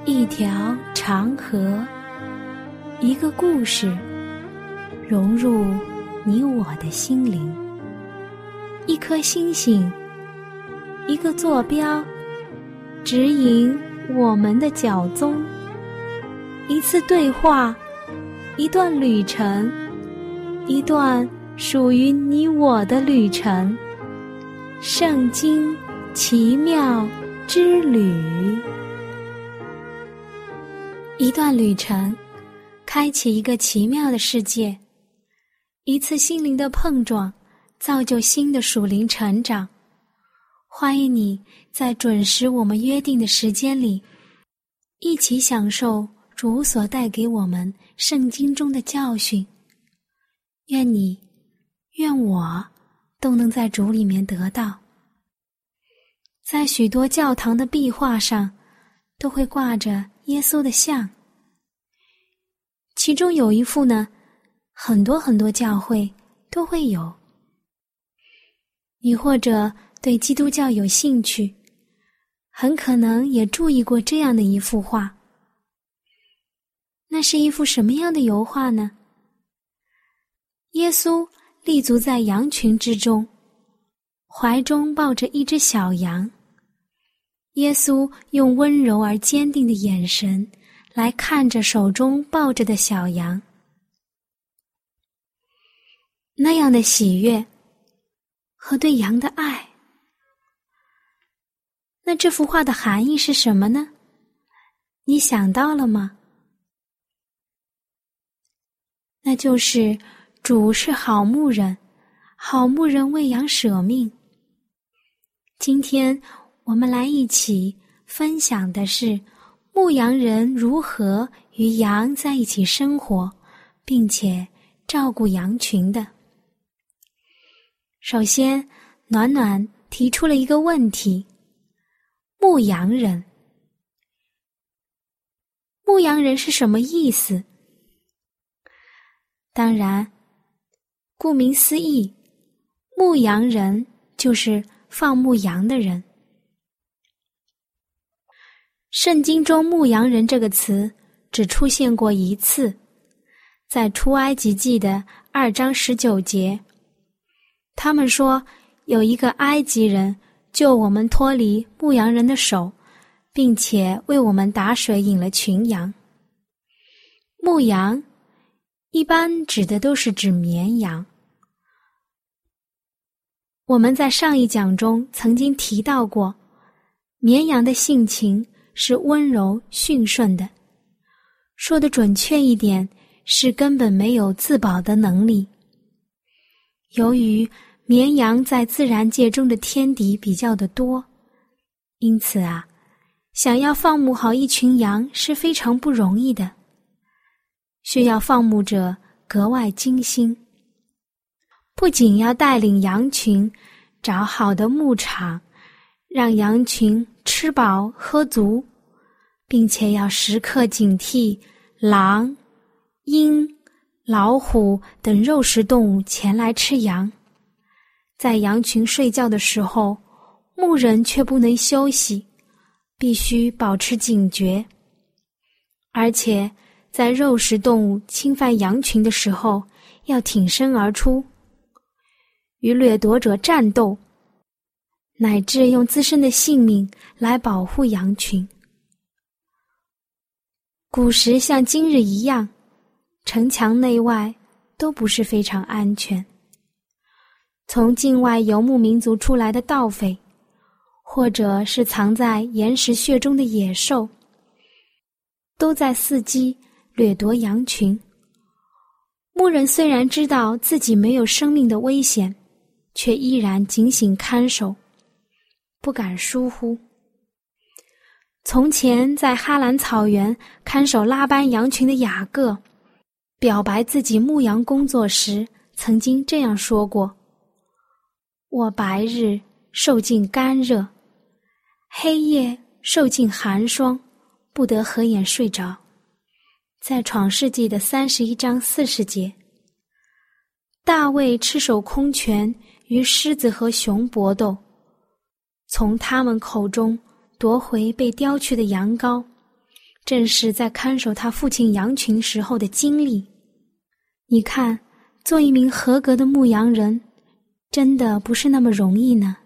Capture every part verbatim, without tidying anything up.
一条长河，一个故事，融入你我的心灵。一颗星星，一个坐标，指引我们的脚踪。一次对话，一段旅程，一段属于你我的旅程。圣经奇妙之旅，一段旅程，开启一个奇妙的世界。一次心灵的碰撞，造就新的属灵成长。欢迎你在准时我们约定的时间里，一起享受主所带给我们圣经中的教训。愿你，愿我都能在主里面得到。在许多教堂的壁画上，都会挂着耶稣的像。其中有一幅呢，很多很多教会都会有。你或者对基督教有兴趣，很可能也注意过这样的一幅画。那是一幅什么样的油画呢？耶稣立足在羊群之中，怀中抱着一只小羊。耶稣用温柔而坚定的眼神来看着手中抱着的小羊，那样的喜悦和对羊的爱。那这幅画的含义是什么呢？你想到了吗？那就是主是好牧人，好牧人为羊舍命。今天我们来一起分享的是牧羊人如何与羊在一起生活，并且照顾羊群的。首先，暖暖提出了一个问题：牧羊人，牧羊人是什么意思？当然，顾名思义，牧羊人就是放牧羊的人。圣经中牧羊人这个词只出现过一次，在出埃及记的二章十九节。他们说有一个埃及人救我们脱离牧羊人的手，并且为我们打水引了群羊。牧羊一般指的都是指绵羊。我们在上一讲中曾经提到过，绵羊的性情是温柔驯顺的，说得准确一点，是根本没有自保的能力。由于绵羊在自然界中的天敌比较的多，因此啊，想要放牧好一群羊是非常不容易的，需要放牧者格外精心。不仅要带领羊群找好的牧场，让羊群吃饱喝足，并且要时刻警惕狼、鹰、老虎等肉食动物前来吃羊。在羊群睡觉的时候，牧人却不能休息，必须保持警觉。而且在肉食动物侵犯羊群的时候，要挺身而出，与掠夺者战斗，乃至用自身的性命来保护羊群。古时像今日一样，城墙内外都不是非常安全。从境外游牧民族出来的盗匪，或者是藏在岩石穴中的野兽，都在伺机掠夺羊群。牧人虽然知道自己没有生命的危险，却依然警醒看守，不敢疏忽。从前在哈兰草原看守拉班羊群的雅各，表白自己牧羊工作时曾经这样说过：我白日受尽干热，黑夜受尽寒霜，不得合眼睡着。在创世纪的三十一章四十节。大卫赤手空拳与狮子和熊搏斗，从他们口中夺回被叼去的羊羔， 正是在看守他父亲羊群时候的经历。你看，做一名合格的牧羊人，真的不是那么容易呢。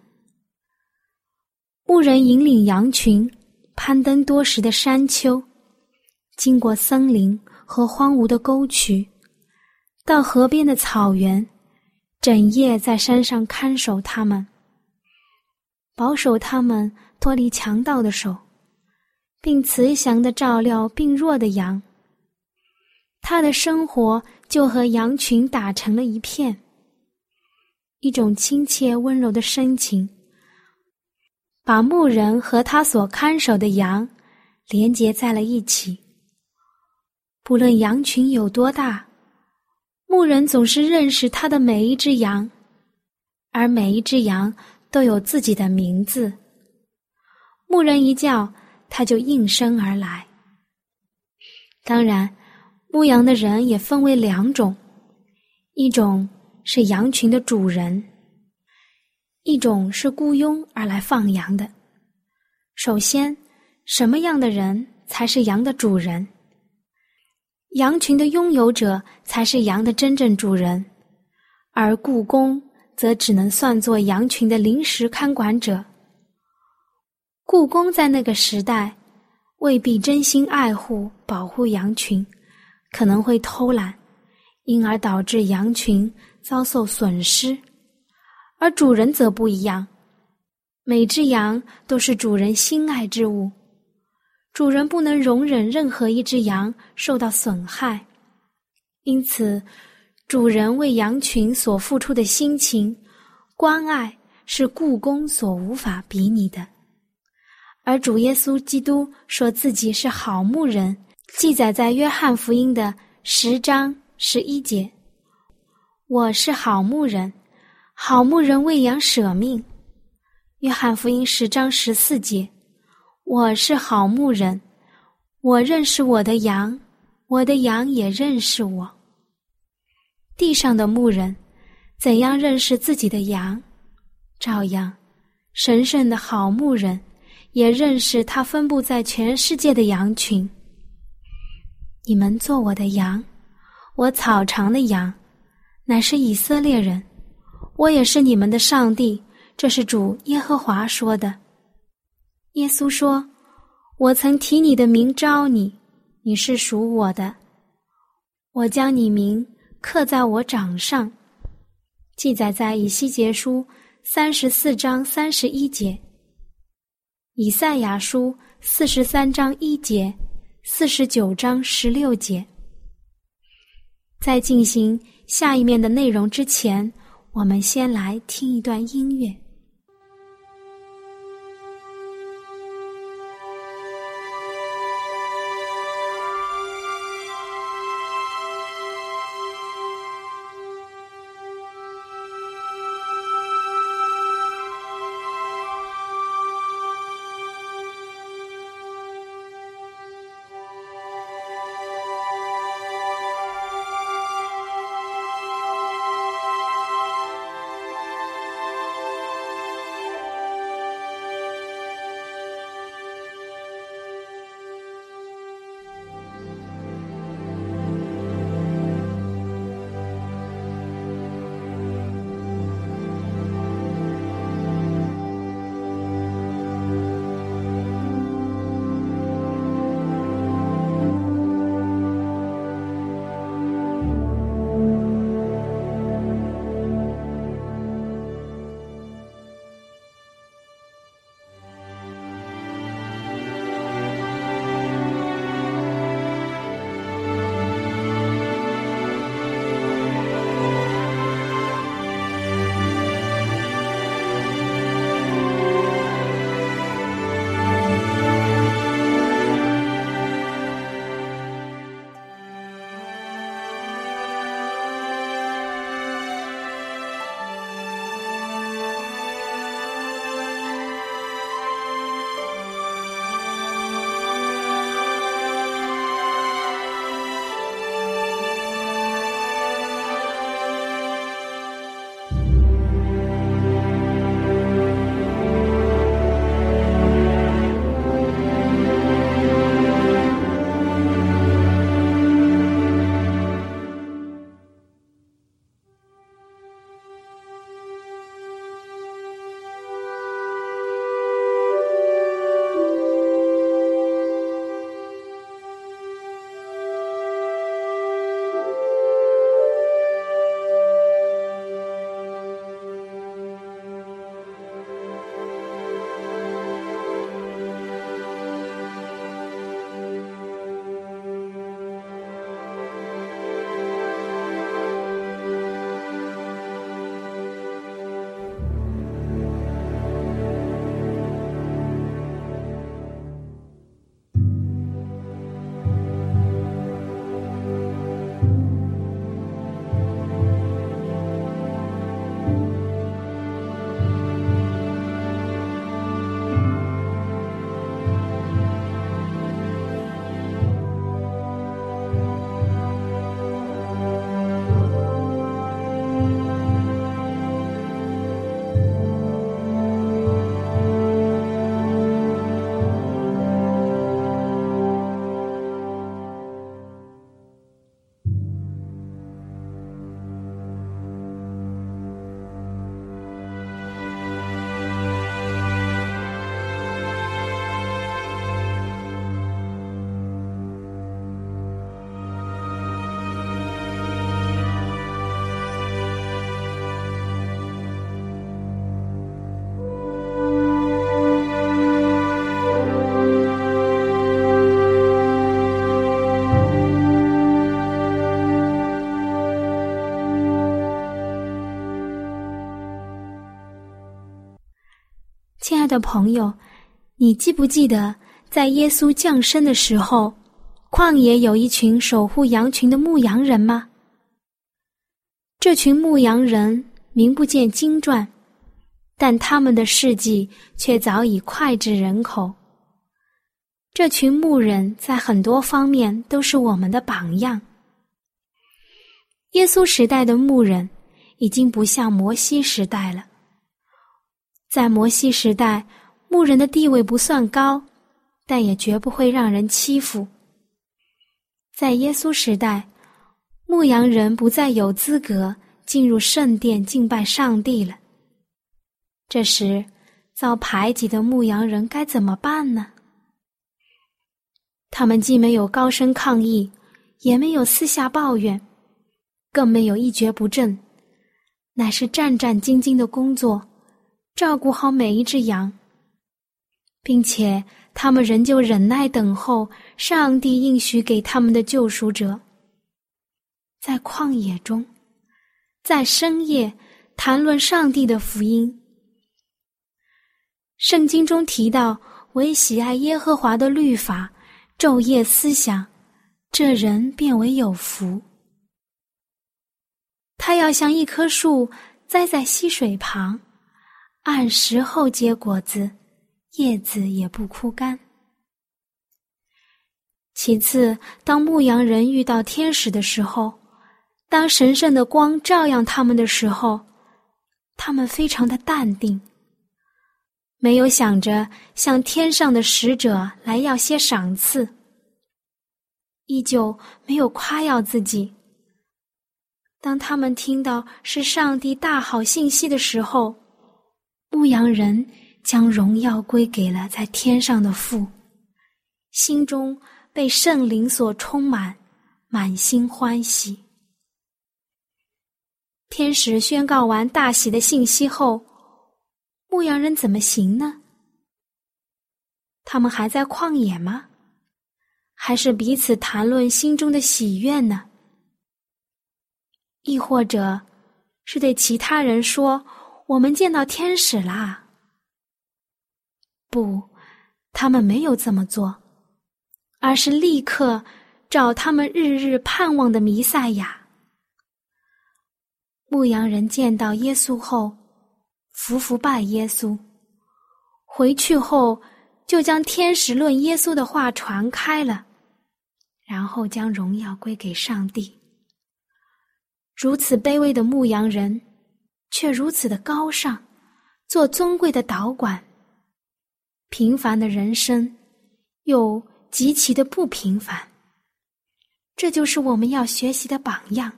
牧人引领羊群攀登多时的山丘，经过森林和荒芜的沟渠，到河边的草原，整夜在山上看守他们，保守他们脱离强盗的手，并慈祥地照料病弱的羊。他的生活就和羊群打成了一片，一种亲切温柔的深情，把牧人和他所看守的羊连结在了一起。不论羊群有多大，牧人总是认识他的每一只羊，而每一只羊都有自己的名字。牧人一叫，他就应声而来。当然，牧羊的人也分为两种，一种是羊群的主人，一种是雇佣而来放羊的。首先，什么样的人才是羊的主人？羊群的拥有者才是羊的真正主人，而雇工则只能算作羊群的临时看管者。雇工在那个时代未必真心爱护保护羊群，可能会偷懒，因而导致羊群遭受损失。而主人则不一样，每只羊都是主人心爱之物，主人不能容忍任何一只羊受到损害，因此主人为羊群所付出的心情关爱是雇工所无法比拟的。而主耶稣基督说自己是好牧人，记载在约翰福音的十章十一节，我是好牧人，好牧人为羊舍命。约翰福音十章十四节，我是好牧人，我认识我的羊，我的羊也认识我。地上的牧人怎样认识自己的羊，照样神圣的好牧人也认识他分布在全世界的羊群。你们做我的羊，我草场的羊，乃是以色列人，我也是你们的上帝，这是主耶和华说的。耶稣说，我曾提你的名召你，你是属我的，我将你名刻在我掌上，记载在以西结书三十四章三十一节，以赛亚书四十三章一节，四十九章十六节。在进行下一面的内容之前，我们先来听一段音乐。 亲爱的朋友，你记不记得在耶稣降生的时候，旷野有一群守护羊群的牧羊人吗？这群牧羊人名不见经传，但他们的事迹却早已脍炙人口。这群牧人在很多方面都是我们的榜样。耶稣时代的牧人已经不像摩西时代了。在摩西时代，牧人的地位不算高，但也绝不会让人欺负。在耶稣时代，牧羊人不再有资格进入圣殿敬拜上帝了。这时，遭排挤的牧羊人该怎么办呢？他们既没有高声抗议，也没有私下抱怨，更没有一蹶不振，乃是战战兢兢的工作，照顾好每一只羊，并且他们仍旧忍耐等候上帝应许给他们的救赎者。在旷野中，在深夜谈论上帝的福音。圣经中提到，唯喜爱耶和华的律法，昼夜思想，这人便为有福。他要像一棵树栽在溪水旁，按时候结果子，叶子也不枯干。其次，当牧羊人遇到天使的时候，当神圣的光照耀他们的时候，他们非常的淡定，没有想着向天上的使者来要些赏赐，依旧没有夸耀自己。当他们听到是上帝大好信息的时候，牧羊人将荣耀归给了在天上的父，心中被圣灵所充满，满心欢喜。天使宣告完大喜的信息后，牧羊人怎么行呢？他们还在旷野吗？还是彼此谈论心中的喜悦呢？亦或者是对其他人说，我们见到天使啦？不，他们没有这么做，而是立刻找他们日日盼望的弥赛亚。牧羊人见到耶稣后，伏伏拜耶稣，回去后就将天使论耶稣的话传开了，然后将荣耀归给上帝。如此卑微的牧羊人，却如此的高尚，做尊贵的导管。平凡的人生，又极其的不平凡。这就是我们要学习的榜样。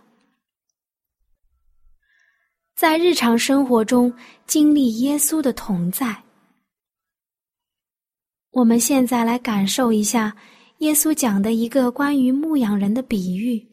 在日常生活中经历耶稣的同在。我们现在来感受一下耶稣讲的一个关于牧羊人的比喻。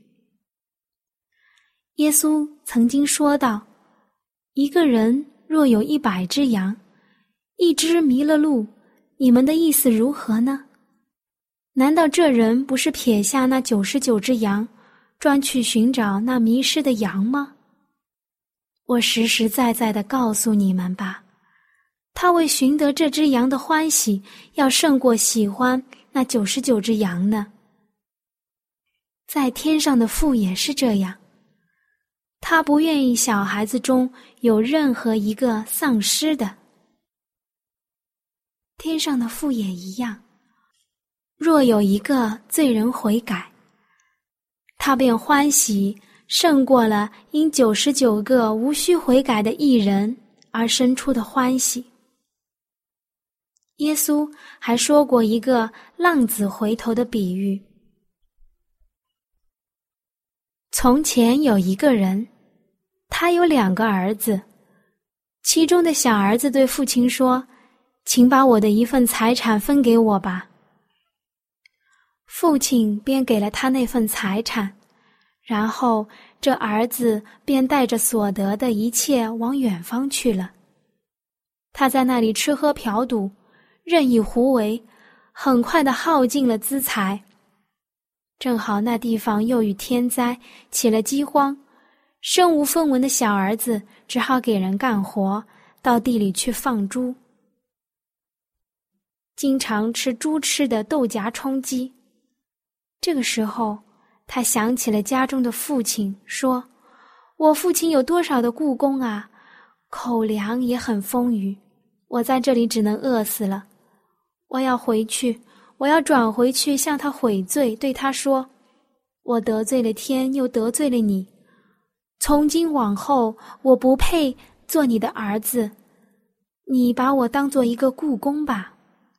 耶稣曾经说道，一个人若有一百只羊，一只迷了路，你们的意思如何呢？难道这人不是撇下那九十九只羊，专去寻找那迷失的羊吗？我实实在在地告诉你们吧，他为寻得这只羊的欢喜，要胜过喜欢那九十九只羊呢。在天上的父也是这样，他不愿意小孩子中有任何一个丧失的。天上的父也一样，若有一个罪人悔改，他便欢喜胜过了因九十九个无需悔改的义人而生出的欢喜。耶稣还说过一个浪子回头的比喻。从前有一个人，他有两个儿子，其中的小儿子对父亲说，请把我的一份财产分给我吧。父亲便给了他那份财产，然后这儿子便带着所得的一切往远方去了。他在那里吃喝嫖赌，任意胡为，很快地耗尽了资财。正好那地方又遇天灾，起了饥荒，身无分文的小儿子只好给人干活，到地里去放猪。 经常吃猪吃的豆荚充饥。这个时候，他想起了家中的父亲，说：我父亲有多少的雇工啊，口粮也很丰裕，我在这里只能饿死了。我要回去，我要转回去向他悔罪，对他说：我得罪了天，又得罪了你，从今往后我不配做你的儿子，你把我当做一个雇工吧。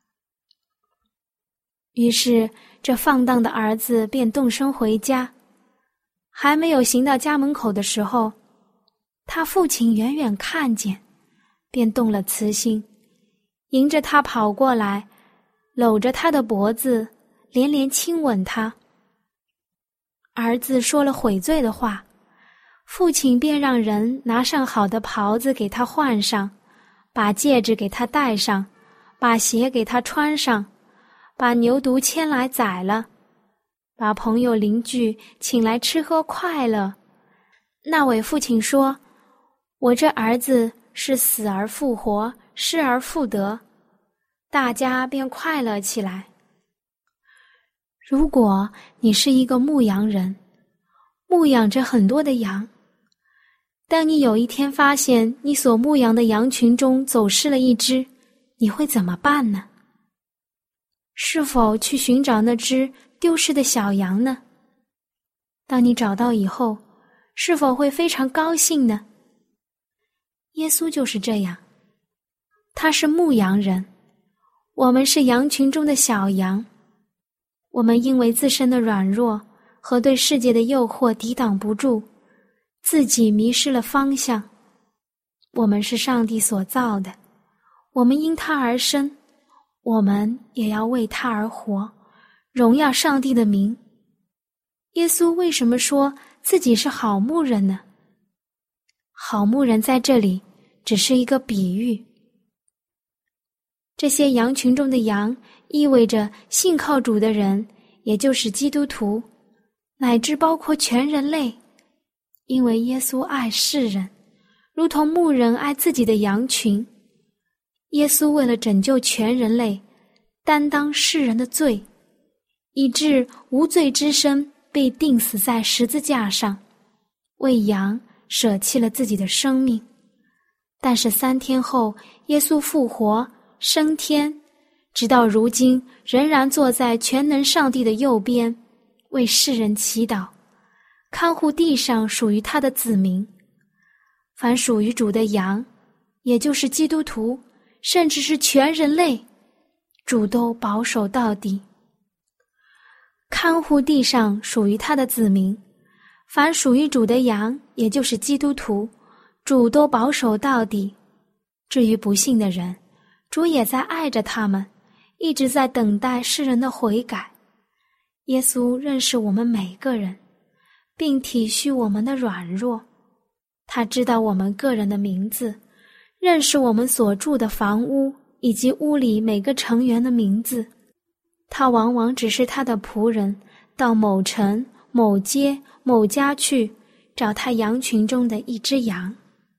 于是这放荡的儿子便动身回家，还没有行到家门口的时候，他父亲远远看见，便动了慈心，迎着他跑过来，搂着他的脖子，连连亲吻他。儿子说了悔罪的话，父亲便让人拿上好的袍子给他换上，把戒指给他戴上，把鞋给他穿上，把牛犊牵来宰了，把朋友邻居请来吃喝快乐。那位父亲说：我这儿子是死而复活，失而复得，大家便快乐起来。如果你是一个牧羊人，牧养着很多的羊，当你有一天发现你所牧养的羊群中走失了一只，你会怎么办呢？是否去寻找那只丢失的小羊呢？当你找到以后，是否会非常高兴呢？耶稣就是这样，他是牧羊人，我们是羊群中的小羊。我们因为自身的软弱和对世界的诱惑抵挡不住，自己迷失了方向。我们是上帝所造的，我们因他而生，我们也要为他而活，荣耀上帝的名。耶稣为什么说自己是好牧人呢？好牧人在这里只是一个比喻。这些羊群中的羊意味着信靠主的人，也就是基督徒，乃至包括全人类。因为耶稣爱世人，如同牧人爱自己的羊群。耶稣为了拯救全人类，担当世人的罪，以致无罪之身被钉死在十字架上，为羊舍弃了自己的生命。但是三天后，耶稣复活升天，直到如今仍然坐在全能上帝的右边，为世人祈祷，看护地上属于他的子民。凡属于主的羊，也就是基督徒，甚至是全人类，主都保守到底。看护地上属于他的子民，凡属于主的羊，也就是基督徒，主都保守到底。至于不信的人，主也在爱着他们，一直在等待世人的悔改。耶稣认识我们每个人，并体恤我们的软弱。他知道我们个人的名字，认识我们所住的房屋以及屋里每个成员的名字。他往往只是他的仆人，到某城、某街、某家去，找他羊群中的一只羊。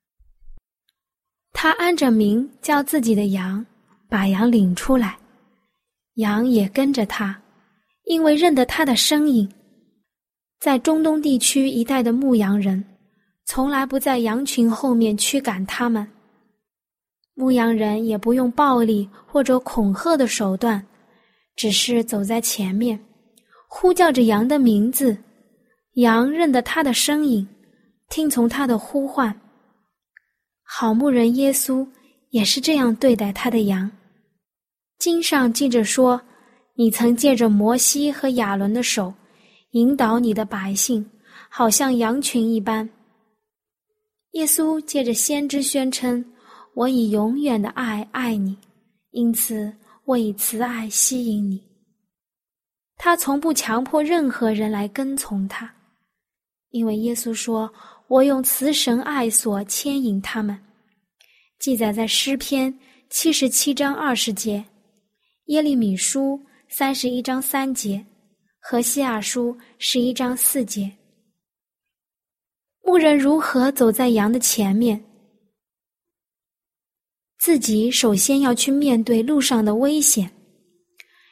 他按着名叫自己的羊，把羊领出来，羊也跟着他，因为认得他的声音。在中东地区一带的牧羊人，从来不在羊群后面驱赶他们。牧羊人也不用暴力或者恐吓的手段，只是走在前面，呼叫着羊的名字，羊认得他的声音，听从他的呼唤。好牧人耶稣也是这样对待他的羊。经上记着说，你曾借着摩西和亚伦的手，引导你的百姓，好像羊群一般。耶稣借着先知宣称，我以永远的爱爱你，因此我以慈爱吸引你。他从不强迫任何人来跟从他，因为耶稣说，我用慈神爱所牵引他们。记载在诗篇七十七章二十节，耶利米书三十一章三节，何西阿书十一章四节。牧人如何走在羊的前面？自己首先要去面对路上的危险，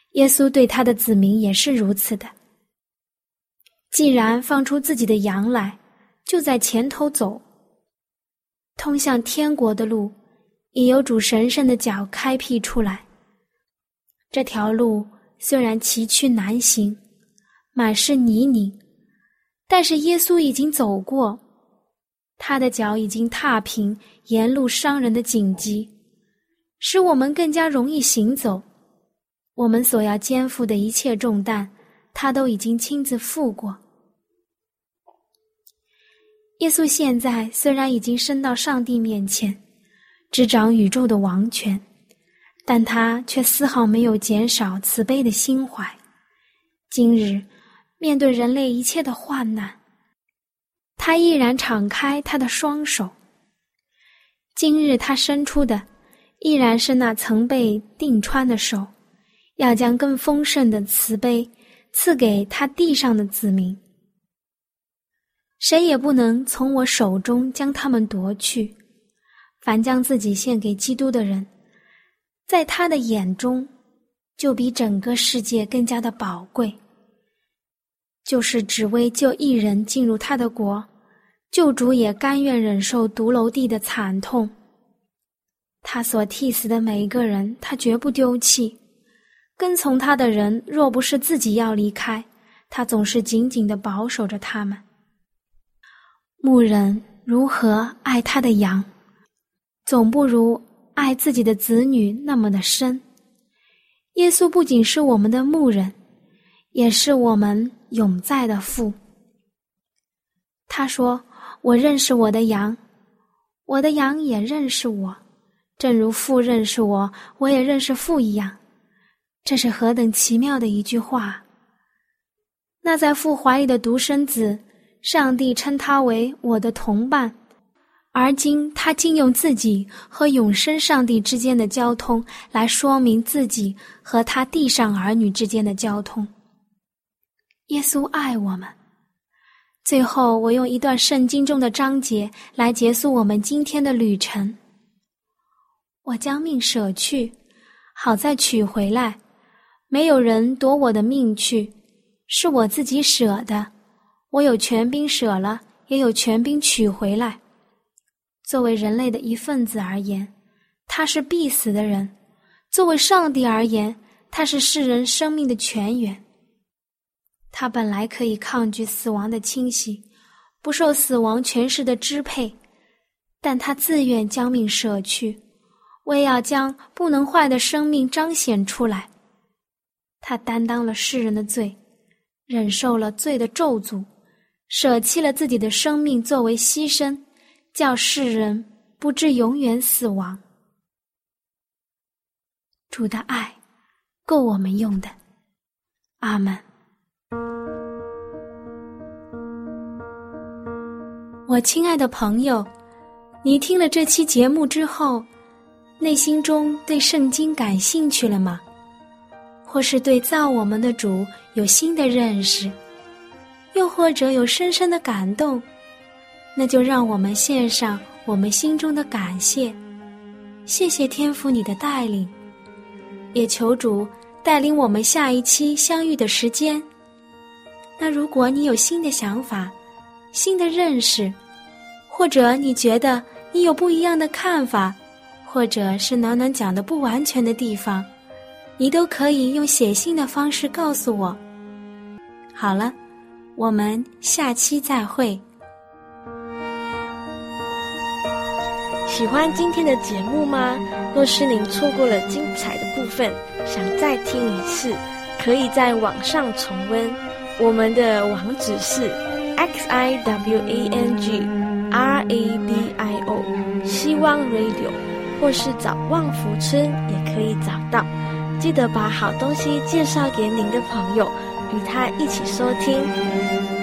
耶稣对他的子民也是如此的。既然放出自己的羊来，就在前头走，通向天国的路已由主神圣的脚开辟出来。这条路虽然崎岖难行，满是泥泞，但是耶稣已经走过，他的脚已经踏平沿路伤人的荆棘，使我们更加容易行走。我们所要肩负的一切重担，他都已经亲自负过。耶稣现在虽然已经升到上帝面前，执掌宇宙的王权，但他却丝毫没有减少慈悲的心怀。今日面对人类一切的患难，他依然敞开他的双手。今日他伸出的依然是那曾被钉穿的手，要将更丰盛的慈悲赐给他地上的子民。谁也不能从我手中将他们夺去。凡将自己献给基督的人，在他的眼中就比整个世界更加的宝贵。就是只为救一人进入他的国，救主也甘愿忍受独楼地的惨痛。他所替死的每一个人，他绝不丢弃。跟从他的人，若不是自己要离开，他总是紧紧地保守着他们。牧人如何爱他的羊，总不如爱自己的子女那么的深。耶稣不仅是我们的牧人，也是我们永在的父。他说，我认识我的羊，我的羊也认识我，正如父认识我，我也认识父一样。这是何等奇妙的一句话！那在父怀里的独生子，上帝称他为我的同伴，而今他竟用自己和永生上帝之间的交通来说明自己和他地上儿女之间的交通。耶稣爱我们。最后，我用一段圣经中的章节来结束我们今天的旅程。我将命舍去，好再取回来。没有人夺我的命去，是我自己舍的。我有权柄舍了，也有权柄取回来。作为人类的一份子而言，他是必死的人；作为上帝而言，他是世人生命的泉源。他本来可以抗拒死亡的侵袭，不受死亡权势的支配，但他自愿将命舍去，为要将不能坏的生命彰显出来。他担当了世人的罪，忍受了罪的咒诅，舍弃了自己的生命作为牺牲，叫世人不至永远死亡。主的爱够我们用的。阿们。我亲爱的朋友，你听了这期节目之后，内心中对圣经感兴趣了吗？或是对造我们的主有新的认识，又或者有深深的感动，那就让我们献上我们心中的感谢。谢谢天父你的带领，也求主带领我们下一期相遇的时间。那如果你有新的想法，新的认识，或者你觉得你有不一样的看法，或者是暖暖讲的不完全的地方，你都可以用写信的方式告诉我。好了，我们下期再会。 喜欢今天的节目吗？若是您错过了精彩的部分，想再听一次，可以在网上重温。我们的网址是 x i w a n g r a d i o 希望 radio， 或是找旺福村也可以找到。记得把好东西介绍给您的朋友，与他一起收听。